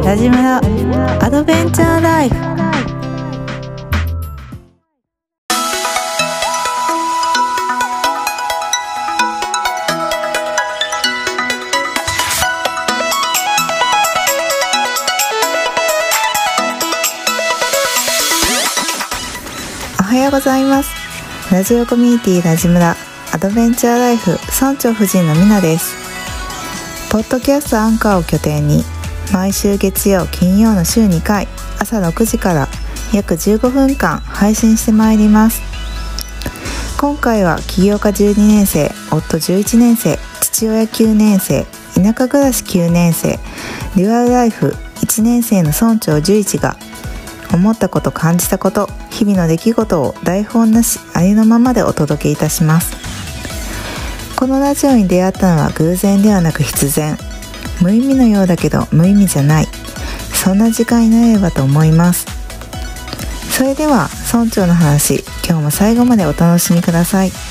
ラジムラアドベンチャーライフ。おはようございます。ラジオコミュニティラジムラアドベンチャーライフ村長夫人のみなです。ポッドキャストアンカーを拠点に毎週月曜金曜の週2回朝6時から約15分間配信してまいります。今回は起業家12年生、夫11年生、父親9年生、田舎暮らし9年生、デュアルライフ1年生の村長11が思ったこと、感じたこと、日々の出来事を台本なしありのままでお届けいたします。このラジオに出会ったのは偶然ではなく必然、無意味のようだけど無意味じゃない、そんな時間になれればと思います。それでは村長の話、今日も最後までお楽しみください。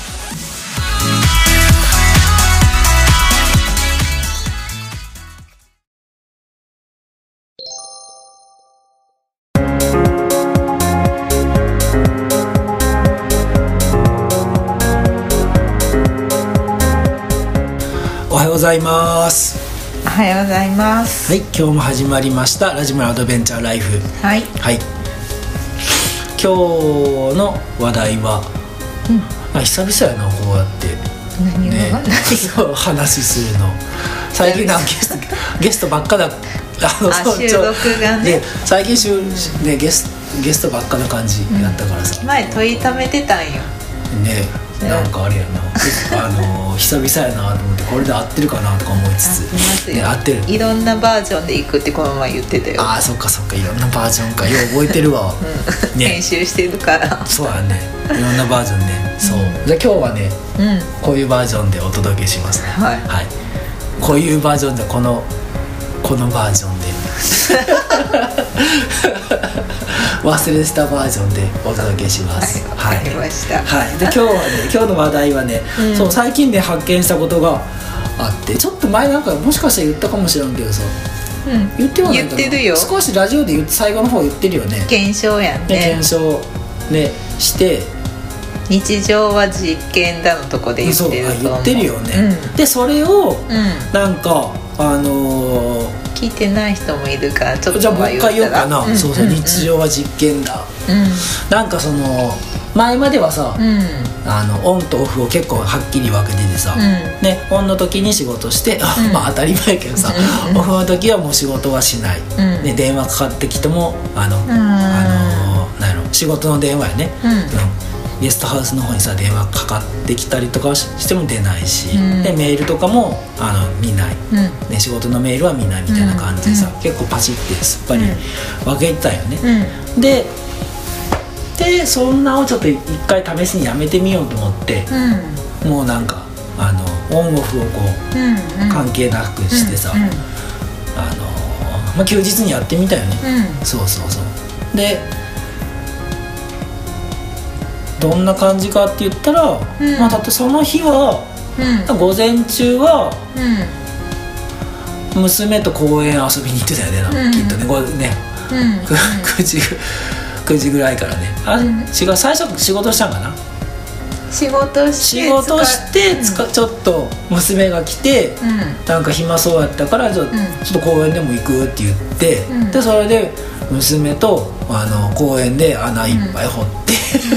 おはようございます。 おはようございます。 はい、今日も始まりましたラジムラアドベンチャーライフ。 はい、 はい、今日の話題は、久々やな、こうやって何が、 そう話するの。最近なんかゲストばっかだ。 収録がね、 最近ね、ゲストばっかな感じやったからさ、 前問いためてたんよね。なんかあれやな久々やなと思って、これで合ってるかなとか思いつつ、 ね、 合ってる。 いろんなバージョンでいくってこの前言ってたよ。 ああ、そっかそっか、いろんなバージョンか、よう覚えてるわ、ね、 編集してるから。 そうやね、いろんなバージョンね。そうじゃあ今日はね、こういうバージョンでお届けしますね。はい、はい、こういうバージョンでこのバージョンで忘れてたバージョンでお届けします。 はい、わかりました。 はい、で今日はね、今日の話題はね、そう最近で発見したことがあって、ちょっと前なんかもしかして言ったかもしれんけどさ、言ってはないかな。言ってるよ。少しラジオで最後の方言ってるよね。 検証やんね。 検証ねして、 日常は実験だのとこで言ってると思う。 言ってるよね。でそれを、なんか聞いてない人もいるから、ちょっとじゃあもう一回言おうかな。そうそう、日常は実験だ。なんかその前まではさ、オンとオフを結構はっきり分けててさ、ね、オンの時に仕事して、まあ当たり前やけどさ、オフの時はもう仕事はしない、で電話かかってきてもなんやろ、仕事の電話やね、ゲストハウスの方にさ電話かかってきたりとかしても出ないし、でメールとかも見ない、ね、仕事のメールは見ないみたいな感じでさ、結構パチってすっぱり分けてたよね。でそんなをちょっと一回試しにやめてみようと思って、もうなんかオンオフをこう、関係なくしてさ、まあ、休日にやってみたよね。そうそうそう。でどんな感じかって言ったら、まあ、だってその日は、午前中は、娘と公園遊びに行ってたよね、きっとね、9時ぐらいからね。違う、最初仕事したんかな。 仕事してちょっと娘が来て、なんか暇そうやったからちょっと公園でも行くって言って、でそれで娘と公園で穴いっぱい掘って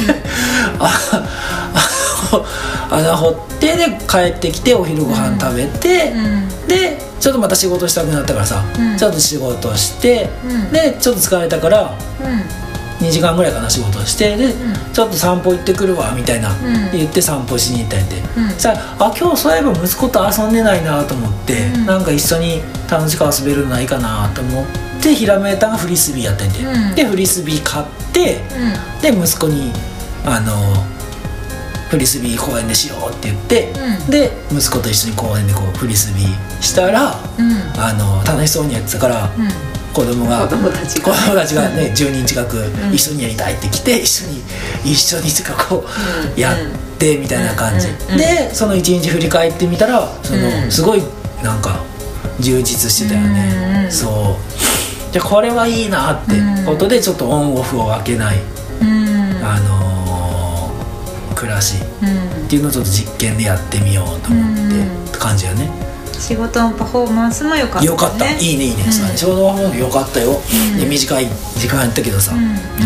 穴掘ってで帰ってきてお昼ご飯食べて、でちょっとまた仕事したくなったからさ、ちょっと仕事して、でちょっと疲れたから、2時間ぐらいかな仕事して、でちょっと散歩行ってくるわみたいな、言って散歩しに行ったんで、さあ今日そういえば息子と遊んでないなと思って、なんか一緒に楽しく遊べるのないかなと思ってひらめいたのがフリスビーやったんで、でフリスビー買って、で息子にフリスビー公園でしようって言って、で息子と一緒に公園でこうフリスビーしたら、楽しそうにやってたから、子供たちがね10人近く一緒にやりたいって来て、一緒にとかこうやってみたいな感じで、その一日振り返ってみたらすごいなんか充実してたよね。そうじゃあこれはいいなってことでちょっとオンオフを分けない、暮らしっていうのをちょっと実験でやってみようと思ってって感じよね。 仕事のパフォーマンスも良かったね。 よかった、いいねいいね、仕事のパフォーマンス良かったよ、で短い時間やったけどさ、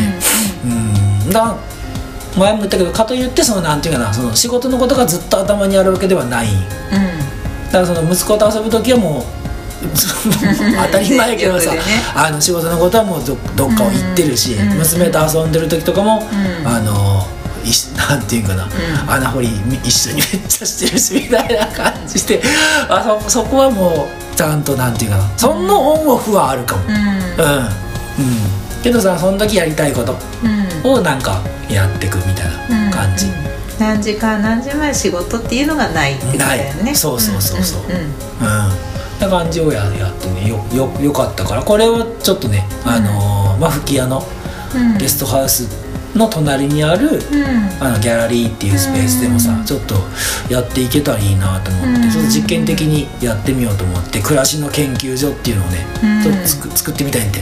前も言ったけど、かといってそのなんていうかな、その仕事のことがずっと頭にあるわけではない、だからその息子と遊ぶ時はもう当たり前やけどさ、仕事のことはもう どっかを行ってるし、娘と遊んでる時とかも、なんていうかな、穴掘り一緒にめっちゃしてるしみたいな感じしてそこはもうちゃんとなんていうかな、そのオンオフはあるかも、けどさ、その時やりたいことをなんかやってくみたいな感じ、 何時間何時前仕事っていうのがないってことだよね。 そうな感じをやってね、よかったから、これをちょっとね、吹き矢のゲストハウスの隣にある、ギャラリーっていうスペースでもさ、ちょっとやっていけたらいいなと思って、ちょっと実験的にやってみようと思って、暮らしの研究所っていうのをね、ちょっと作ってみたいんで、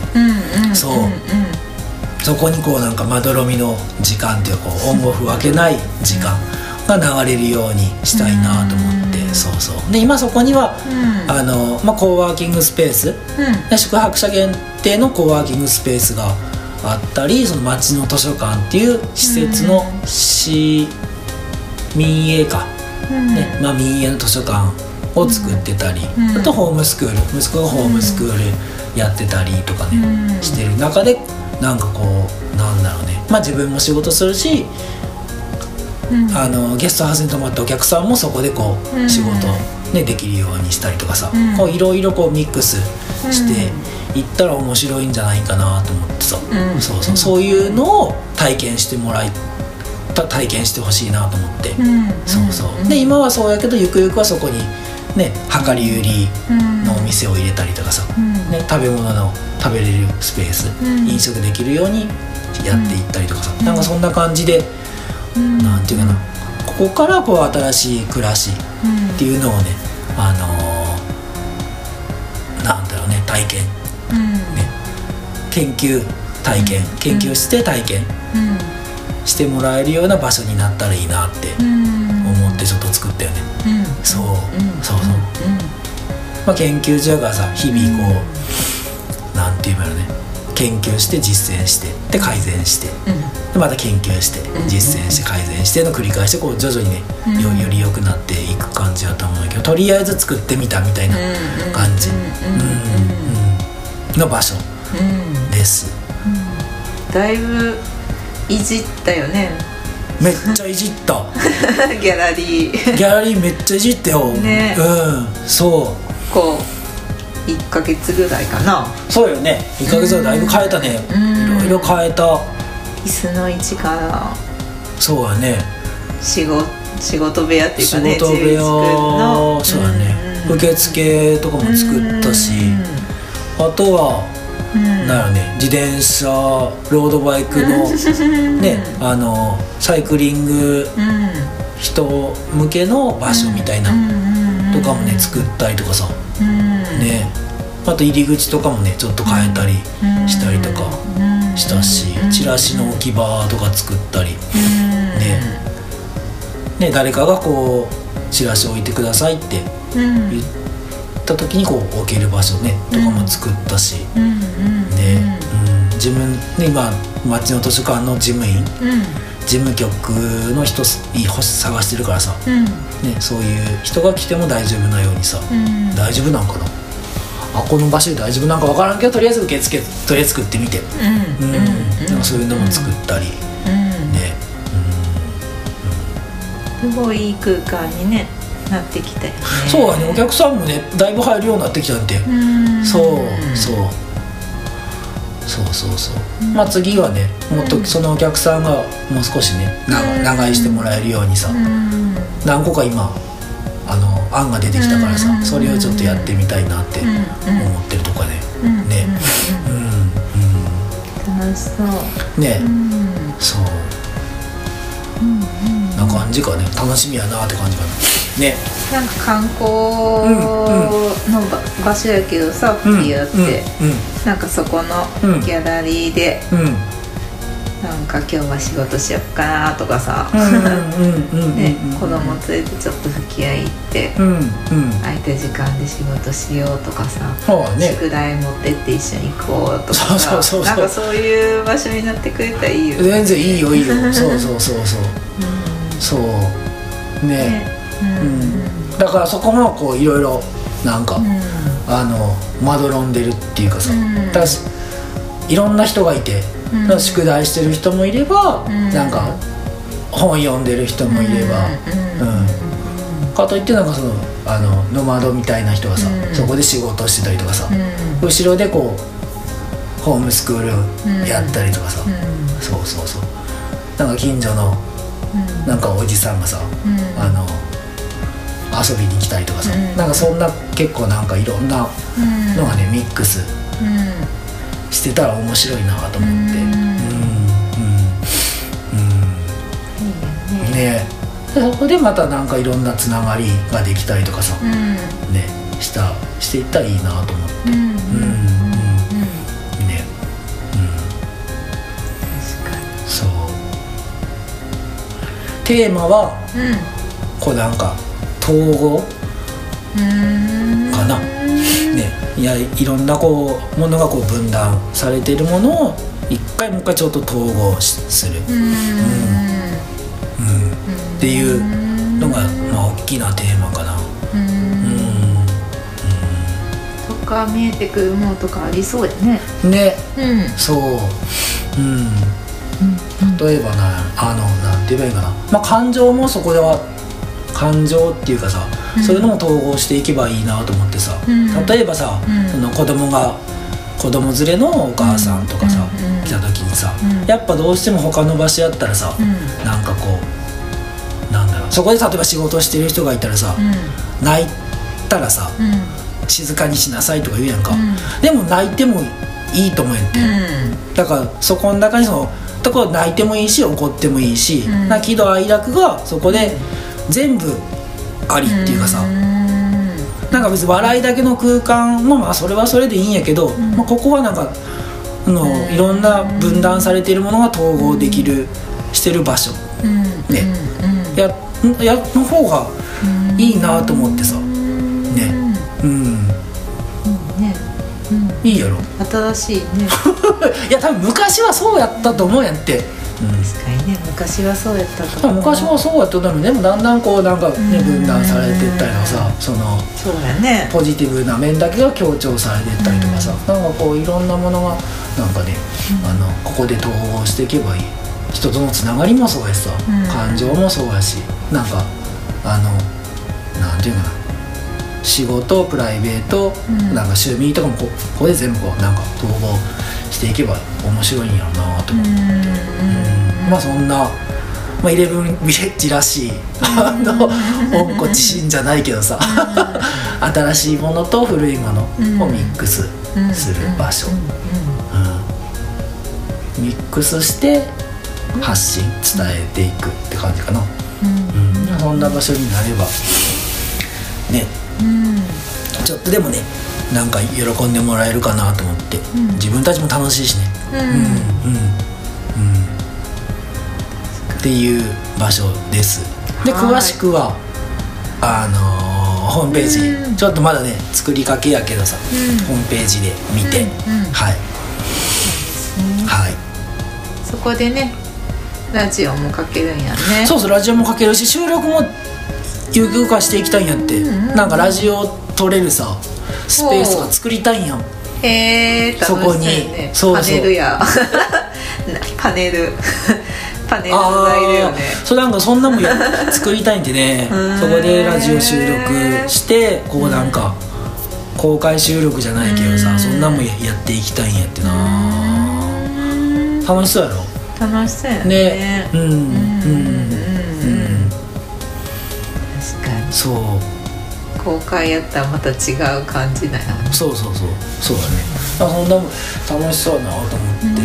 そこにこうなんかまどろみの時間っていうか、オンオフ分けない時間が流れるようにしたいなと思って、で今そこには、コーワーキングスペース、宿泊者限定のコーワーキングスペースがあったり、その町の図書館っていう施設の民営化、民営の図書館を作ってたり、あとホームスクール、息子がホームスクールやってたりとかね、してる中で、なんかこうなんだろうね、自分も仕事するし、ゲストハウスに泊まったお客さんもそこでこう仕事、できるようにしたりとかさ、いろいろこうミックスしていったら面白いんじゃないかなと思ってさ、そういうのを体験してほしいなと思って、で今はそうやけど、ゆくゆくはそこにね、量り売りのお店を入れたりとかさ、食べ物の食べれるスペース、飲食できるようにやっていったりとかさ、なんかそんな感じで、なんていうかな、ここからこう新しい暮らしっていうのをね、なんだろうね、体験、研究して体験してもらえるような場所になったらいいなって思ってちょっと作ったよね。研究所がさ、日々こうなんていうんだろうね、研究して実践してで改善して、でまた研究して実践して改善しての繰り返して、こう徐々にね、より良くなっていく感じだと思うんだけど、とりあえず作ってみたみたいな感じの場所です。 だいぶいじったよね。 めっちゃいじったギャラリーめっちゃいじったよね。 こう1ヶ月ぐらいかな。 そうよね、1ヶ月はだいぶ変えたね、いろいろ変えた。 椅子の位置から、 そうやね、 仕事部屋っていうかね、 仕事部屋の、そうやね、受付とかも作ったし、あとはなんやろね、自転車ロードバイクのね、サイクリング人向けの場所みたいなとかもね、作ったりとかさ、ね、あと入り口とかもねちょっと変えたりしたりとかしたし、チラシの置き場とか作ったりね、誰かがこうチラシ置いてくださいって言った時にこう置ける場所ねとかも作ったし、自分で今町の図書館の事務員、事務局の人探してるからさ、そういう人が来ても大丈夫なようにさ、大丈夫なんかな、この場所で大丈夫なんか分からんけど、とりあえず受付とりあえず作ってみて、そういうのも作ったり、 すごいいい空間にねなってきたよね。 そうだね、お客さんもねだいぶ入るようになってきたんで、次はね、もっとそのお客さんがもう少しね長居してもらえるようにさ、何個か今案が出てきたからさ、それをちょっとやってみたいなって思ってるとかね、 楽しそうね、そうな感じかね、楽しみやなって感じかなね。 なんか観光の場所やけどさ、吹き矢って、なんかそこのギャラリーで、なんか今日は仕事しよっかなとかさ、子供連れてちょっと吹き矢行って、空いた時間で仕事しようとかさ、宿題持ってって一緒に行こうとかさ、なんかそういう場所になってくれたらいいよね。 全然いいよいいよそうね、だからそこもこういろいろなんか、まどろんでるっていうかさ、だからいろんな人がいて、宿題してる人もいれば、なんか本読んでる人もいれば、かといってなんかそのノマドみたいな人がさ、そこで仕事してたりとかさ、後ろでこうホームスクールやったりとかさ、そうなんか近所のなんかおじさんがさ、遊びに来たりとかさ、なんかそんな結構なんかいろんなのがねミックスしてたら面白いなと思って、ね、そこでまたなんかいろんなつながりができたりとかさ、ね、していったらいいなと思って、そうテーマは、こうなんか統合かな、いろんなこうものがこう分断されているものをもう一回ちょっと統合する、っていうのが、大きなテーマかな。 とか見えてくるものとかありそうやね。 そう、例えばなんて言えばいいかな、感情もそこでは感情っていうかさ、そういうのも統合していけばいいなと思ってさ、例えばさ、その子供連れのお母さんとかさ、来た時にさ、やっぱどうしても他の場所やったらさ、なんかこうなんだろう、そこで例えば仕事してる人がいたらさ、泣いたらさ、静かにしなさいとか言うやんか、でも泣いてもいいと思うんやって、だからそこの中にそのところ泣いてもいいし怒ってもいいし、喜怒哀楽がそこで全部ありっていうかさ、なんか別に笑いだけの空間もそれはそれでいいんやけど、ここはなんかいろんな分断されているものが統合できるしてる場所、の方がいいなと思ってさ、いいやろ。 新しいね。 いや多分昔はそうやったと思うやんって。 確かにね、昔はそうやったと思う。 昔はそうやったと思う。でもだんだんこうなんかね、分断されていったりとかさ、そうやね、 ポジティブな面だけが強調されていったりとかさ、なんかこういろんなものがなんかね、ここで統合していけばいい。人とのつながりもそうやしさ、感情もそうやし、なんかなんていうかな、仕事プライベート、なんか趣味とかもここで全部こうなんか統合していけば面白いんやろうなと思って、そんな、イレブンビレッジらしい温故知新じゃないけどさ、新しいものと古いものをミックスする場所、ミックスして発信伝えていくって感じかな。そんな場所になればね、ちょっとでもね、なんか喜んでもらえるかなと思って、自分たちも楽しいしね、っていう場所です。で詳しくはホームページ、ちょっとまだね作りかけやけどさ、ホームページで見て、 そこでねラジオもかけるんやね。 そうラジオもかけるし、収録も有給化していきたいんやって、なんかラジオ撮れるさスペースが作りたいんやん。 そこにパネルやパネルがいるよね。 なんかそんなもん作りたいんでねそこでラジオ収録してこうなんか公開収録じゃないけどさ、そんなもんやっていきたいんやってな。楽しそうやろ。 楽しそうやね。確かにそう公開やったらまた違う感じだよね。 そうだね。そんな楽しそうやなと思って、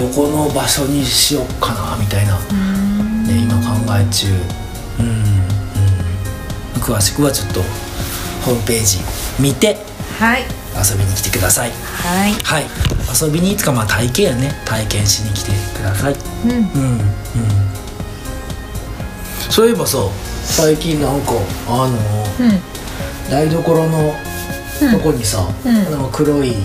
どこの場所にしようかなみたいな、今考え中。詳しくはちょっとホームページ見てはい、 遊びに来てください。 はい、 はい、遊びにいつか体験やね、体験しに来てください。うんうんうん。そういえばさ、最近なんか台所のとこにさ、なんか黒い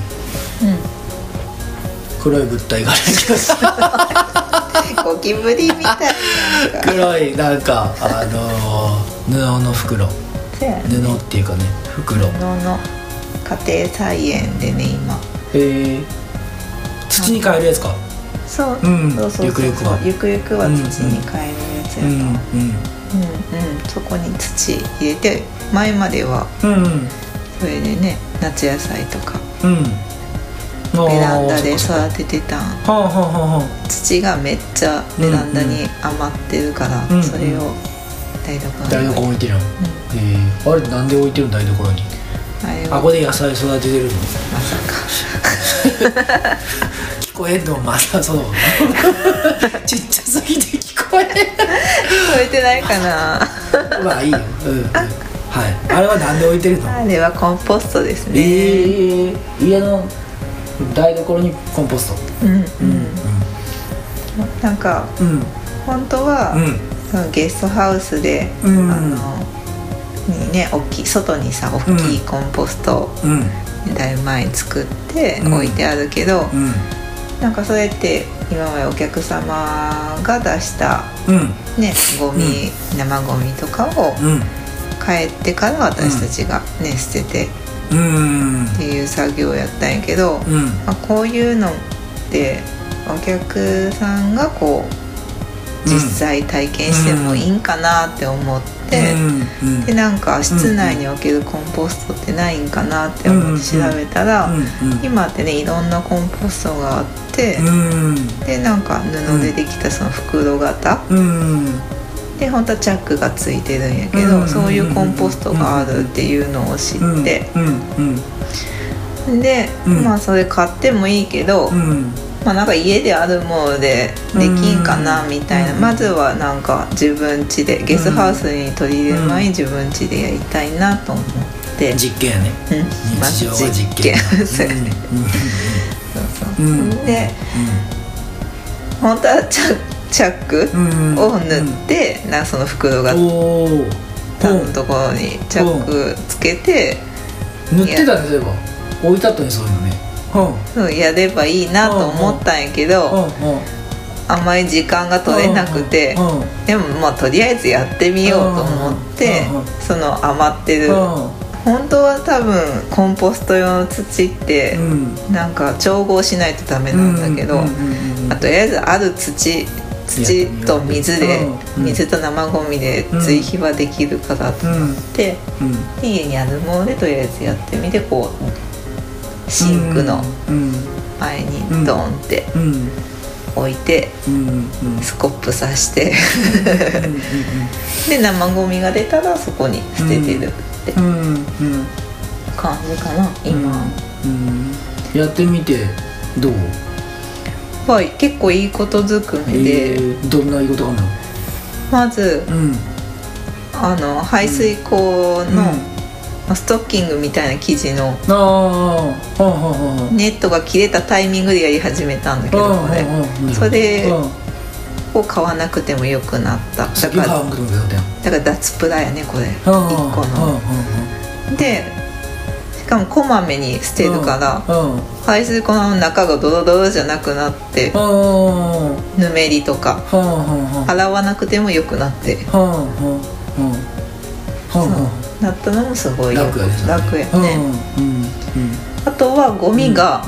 物体があるけどさゴキブリみたいな黒いなんか布の袋、布っていうかね、袋、 布の家庭菜園でね今。 土に変えるやつか。 そう、ゆくゆくは土に変えるやつやと。そこに土入れて、前まではそれでね、夏野菜とかベランダで育ててたん。土がめっちゃベランダに余ってるから、それを台所置いてる。あれなんで置いてるの、台所に。ここで野菜育ててるの。 まさか聞こえんの、またそうちっちゃすぎて聞こえてないかな。 まあいいよ。はい、あれはなんで置いてるの。 あれはコンポストですね。 家の台所にコンポスト。 なんか、本当は、そのゲストハウスで、ね、外にさ、大きいコンポストをだいぶ前に作って置いてあるけど、なんかそれって今までお客様が出した、ね、ゴミ、生ゴミとかを帰ってから私たちがね、捨ててっていう作業やったんやけど、こういうのってお客さんがこう実際体験してもいいんかなって思って、でなんか室内におけるコンポストってないんかなって思って調べたら、今ってねいろんなコンポストがあって、でなんか布でできたその袋型で、本当はチャックがついてるんやけど、そういうコンポストがあるっていうのを知って、でそれ買ってもいいけど、なんか家であるものでできんかなみたいな、まずはなんか自分家でゲストハウスに取り入れる前に自分家でやりたいなと思って、 実験やね。日常は実験。 そうやね。で本当はチャックを塗って、なんかその袋がたのところにチャックつけて塗ってたね。そういえば置いてあったね、そういうのね。 やればいいなと思ったんやけど、あんまり時間が取れなくて、でもとりあえずやってみようと思って、その余ってる、本当は多分コンポスト用の土ってなんか調合しないとダメなんだけど、とりあえずある土と水と生ゴミで追肥はできるからと思って、家にあるものでとりあえずやってみて、こうシンクの前にドンって置いて、スコップ刺してで生ゴミが出たらそこに捨ててるって感じかな今。 やってみてどう？ 結構いいことずくめで、 どんないいことかな。 まず、排水口のストッキングみたいな生地のネットが切れたタイミングでやり始めたんだけど、それを買わなくてもよくなった。だから脱プラやねこれ1個の。でしかもこまめに捨てるから排水口の中がドロドロじゃなくなって、ぬめりとか洗わなくてもよくなって、なったのもすごい楽やね。あとはゴミが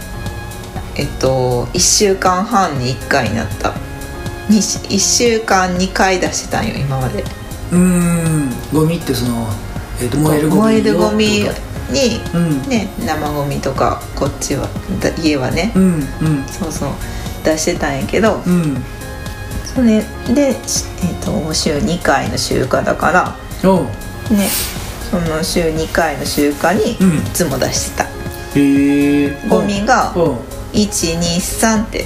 1週間半に1回になった。1週間2回出してたんよ今まで。 ゴミってその、 燃えるゴミに、ね、生ゴミとかこっちは家はね、そうそう出してたんやけど、それで、週2回の集荷だからね、その週2回の集荷にいつも出してた。ゴミが123って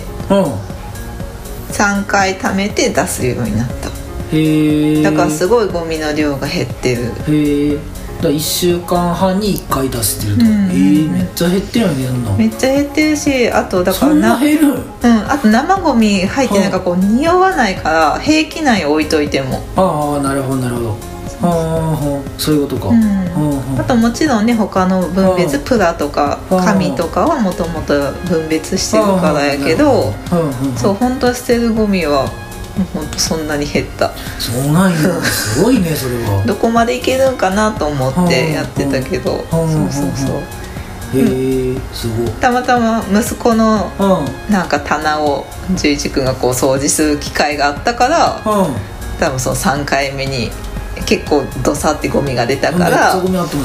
3回貯めて出すようになった。だからすごいゴミの量が減ってる。 だ1週間半に1回出してると、めっちゃ減ってるよね。そんなめっちゃ減ってるし、あとだからそんな減る？ あと生ゴミ入ってなんかこう匂わないから平気内置いといても。 ああ、なるほどなるほど。そういうことか。 あともちろんね、他の分別、プラとか紙とかはもともと分別してるからやけど、そう本当捨てるゴミは本当そんなに減った。 そうなんや。すごいねそれは。 どこまでいけるんかなと思ってやってたけど、そうへえ、すごい。 たまたま息子のなんか棚を十一君がこう掃除する機会があったから、多分その3回目に結構ドサってゴミが出たから、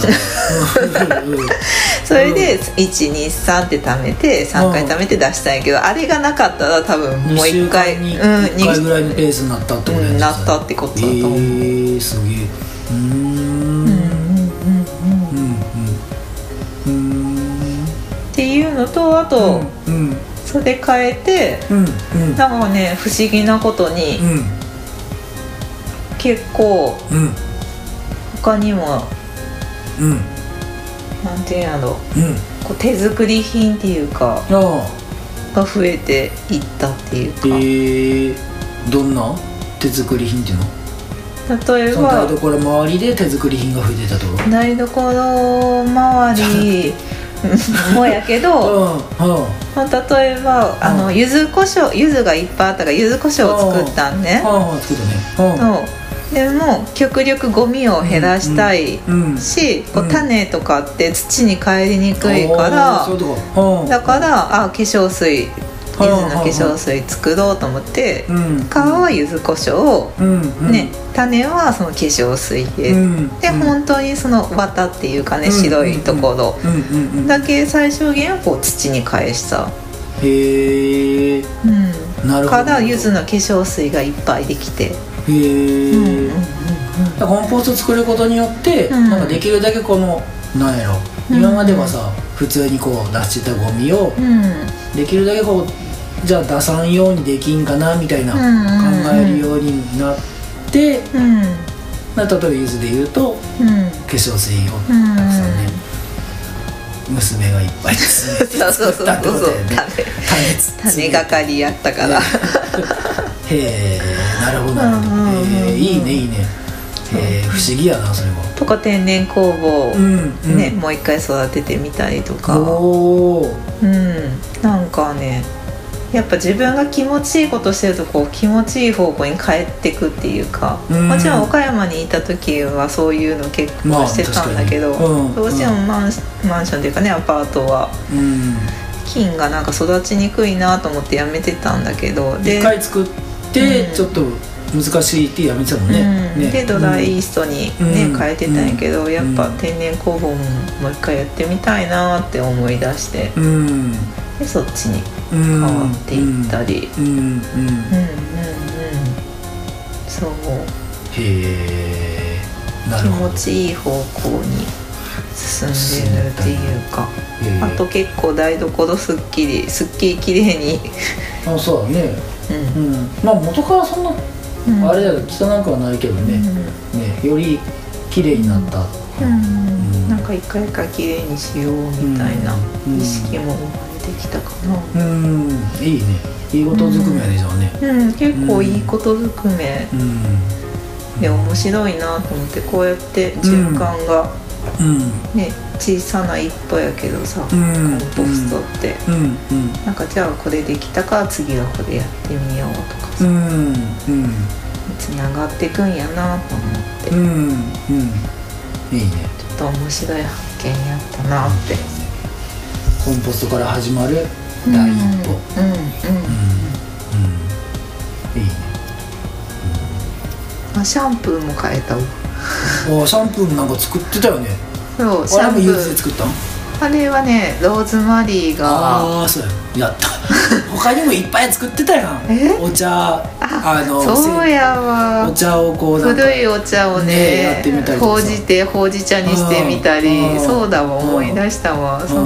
それで123って貯めて3回貯めて出したんやけど、あれがなかったら多分もう1回 2回ぐらいのペースになったってことやね。 なったってことだと思う。 すげえ。 っていうのと、あとそれ変えてなんかね、不思議なことに結構他にもなんていうんやろ、こう手作り品っていうかが増えていったっていうか。 どんな手作り品っていうの？ 例えば台所周りで手作り品が増えてたと。 台所周りもやけど、例えば柚子胡椒、柚子がいっぱいあったから柚子胡椒を作ったんね。 作ったね。 でも極力ゴミを減らしたいし、こう種とかって土に帰りにくいから、だから化粧水、柚子の化粧水作ろうと思って、皮は柚子胡椒、種はその化粧水で、で本当にその綿っていうかね、白いところだけ最小限をこう土に返した。 へえ。なるほど。 から柚子の化粧水がいっぱいできて。 コンポスト作ることによって、なんかできるだけこのなんやろ、今まではさ普通にこう出してたゴミを、できるだけこうじゃあ出さんようにできんかなみたいな考えるようになって、例えば柚子で言うと、化粧水をたくさんね、娘がいっぱい作ったってことだよね。 種がかりやったから。 へえ、なるほどなるほど。いいねいいね。不思議やなそれは。 とか天然酵母ね、もう一回育ててみたりとか。なんかね、やっぱ自分が気持ちいいことしてるとこう気持ちいい方向に帰ってくっていうか、もちろん岡山にいた時はそういうの結構してたんだけど、どうしてもマンションっていうかね、アパートは菌がなんか育ちにくいなと思ってやめてたんだけど、 一回作ってちょっと難しいってやめてたもんね。 でドライイーストにね変えてたんやけど、やっぱ天然酵母ももう一回やってみたいなって思い出して、でそっちに変わっていったり。そう。 へえ。な気るほど。 持ちいい方向に進んでるっていうか、あと結構台所すっきりきれいに。 そうだね。まあ元からそんなあれだけど汚くはないけどね、より綺麗になった。 なんか一回か綺麗にしようみたいな意識も生まれてきたかな。 いいね。いいことずくめでしょうね。 結構いいことずくめで面白いなと思って、こうやって循環がね、小さな一歩やけどさ、コンポストってなんかじゃあこれできたから次はこれやってみようとかさ、つながっていくんやなと思って、 いいね。 ちょっと面白い発見やったなって。 コンポストから始まる第一歩。いいね。 シャンプーも変えたわ。 シャンプーもなんか作ってたよね。 そう、シャンプー。 あれも柚子で作ったの？ あれはね、ローズマリーが。 そうやった。他にもいっぱい作ってたやん。お茶、 そうやわ。 お茶をこうなんか古いお茶をね、 やってみたりとか、 ほうじ茶にしてみたり、そうだわ、思い出したわ。そう。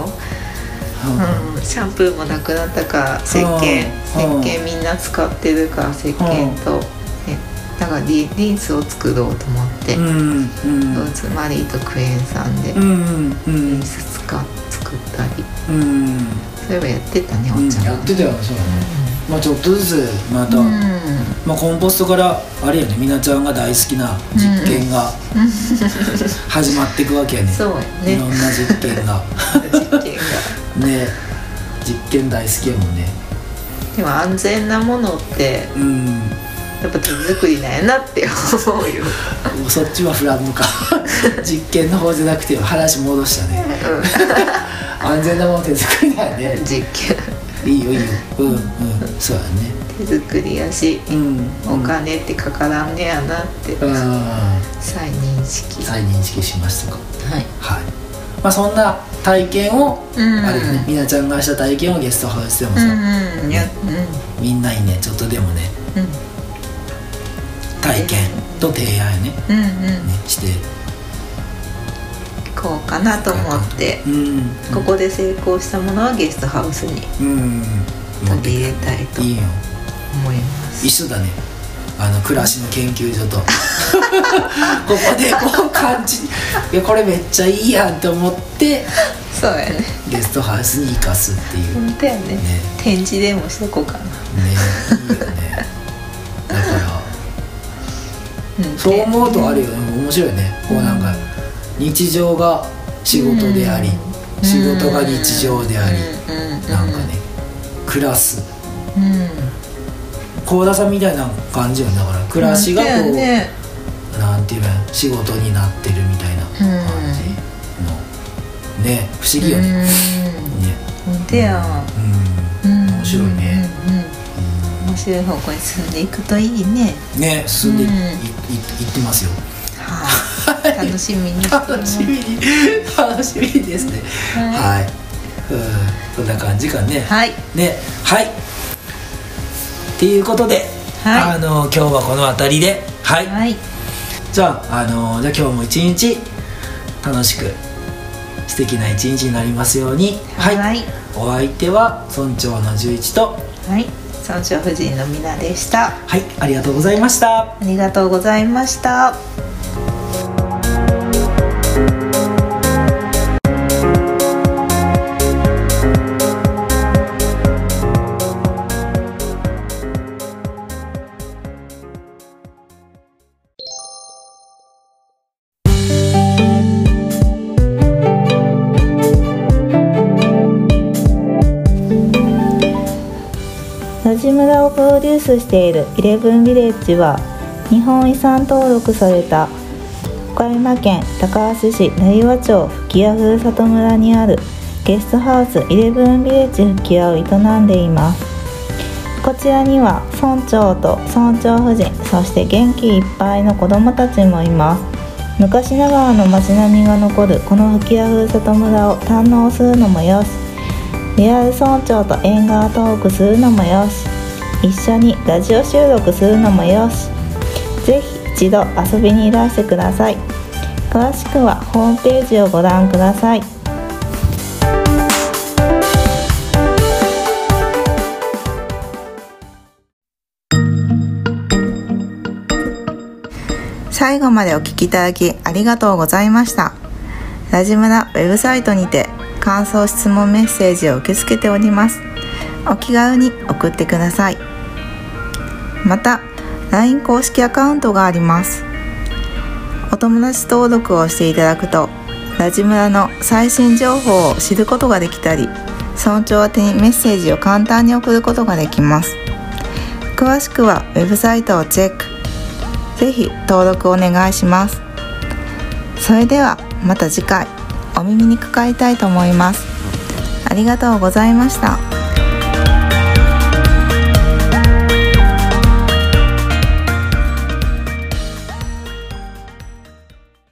シャンプーもなくなったから石鹸みんな使ってるから石鹸と、だだからリンスを作ろうと思って、ローズマリーとクエン酸でリンス作ったり、そういえばやってたね、おっちゃん、 やってたよ。そうだね、ちょっとずつまた、コンポストからあれやね、みなちゃんが大好きな実験が始まっていくわけやね。 そうやね、 いろんな実験がね、実験大好きやもんね。 でも安全なものってやっぱ手作りなんやなって思うよ。 そっちはフラムか実験の方じゃなくて話戻したね、安全なもの手作りだよね。 実験いいよいいよ、そうやね、 手作りやし、お金ってかからんねやなって再認識しましたか。 はい、 そんな体験を、あれね、みなちゃんがした体験をゲストハウスでもさ、みんなにねちょっとでもね、体験と提案ね、してこうかなと思って、ここで成功したものはゲストハウスに取り入れたいと思います。 一緒だね、暮らしの研究所とここでこう感じ、いやこれめっちゃいいやんって思って、 そうやね、 ゲストハウスに生かすっていう。 本当やね、展示でもしとこうかな。ね、 いいよね。だからそう思うとあるよね、面白いね。こうなんか日常が仕事であり、仕事が日常であり、なんかね、暮らす、幸田さんみたいな感じよね。だから暮らしがこう、なんていうの、仕事になってるみたいな感じのね、不思議よね。 本当や、 面白いね。 面白い方向に進んでいくといいね。 ね、進んでいってますよ。 楽しみに楽しみですね。はい、こんな感じかね。ね、はい。っていうことで、今日はこの辺りで、じゃあ今日も一日楽しく素敵な一日になりますように。お相手は村長の11と、 村長夫人のみなでした。 ありがとうございました。 ありがとうございました。 ラジムラをプロデュースしているイレブンビレッジは、日本遺産登録された岡山県高梁市成羽町吹屋ふるさと村にあるゲストハウスイレブンビレッジ吹屋を営んでいます。こちらには村長と村長夫人、そして元気いっぱいの子どもたちもいます。昔ながらの街並みが残るこの吹屋ふるさと村を堪能するのもよし、リアル村長と縁側トークするのもよし、一緒にラジオ収録するのもよし、ぜひ一度遊びにいらしてください。詳しくはホームページをご覧ください。 最後までお聞きいただきありがとうございました。ラジムラウェブサイトにて感想質問メッセージを受け付けております。お気軽に送ってください。また LINE 公式アカウントがあります。お友達登録をしていただくとラジムラの最新情報を知ることができたり、村長宛てにメッセージを簡単に送ることができます。詳しくはウェブサイトをチェック、ぜひ登録お願いします。それではまた次回お耳にかかりたいと思います。ありがとうございました。